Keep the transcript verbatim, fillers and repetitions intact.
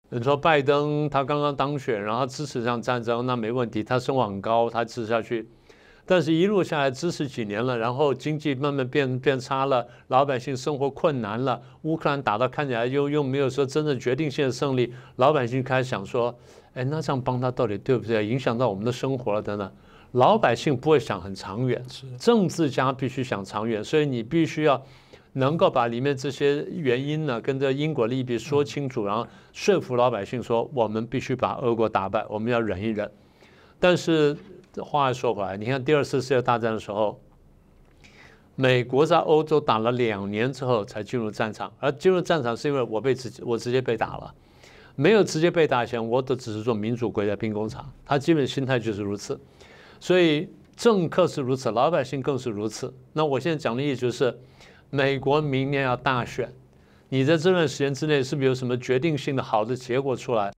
你说拜登他刚刚当选，然后支持这场战争，那没问题，他声望很高，他支持下去。但是，一路下来支持几年了，然后经济慢慢变变差了，老百姓生活困难了，乌克兰打到看起来又又没有说真正决定性的胜利，老百姓开始想说，哎，那这样帮他到底对不对？影响到我们的生活了等等。老百姓不会想很长远，政治家必须想长远，所以你必须要能够把里面这些原因呢，跟这因果利弊说清楚，然后说服老百姓说，我们必须把俄国打败，我们要忍一忍。但是话说回来，你看第二次世界大战的时候，美国在欧洲打了两年之后才进入战场，而进入战场是因为我被直我直接被打了，没有直接被打前，我都只是做民主国家兵工厂，他基本心态就是如此。所以政客是如此，老百姓更是如此。那我现在讲的意思就是，美国明年要大选，你在这段时间之内是不是有什么决定性的好的结果出来？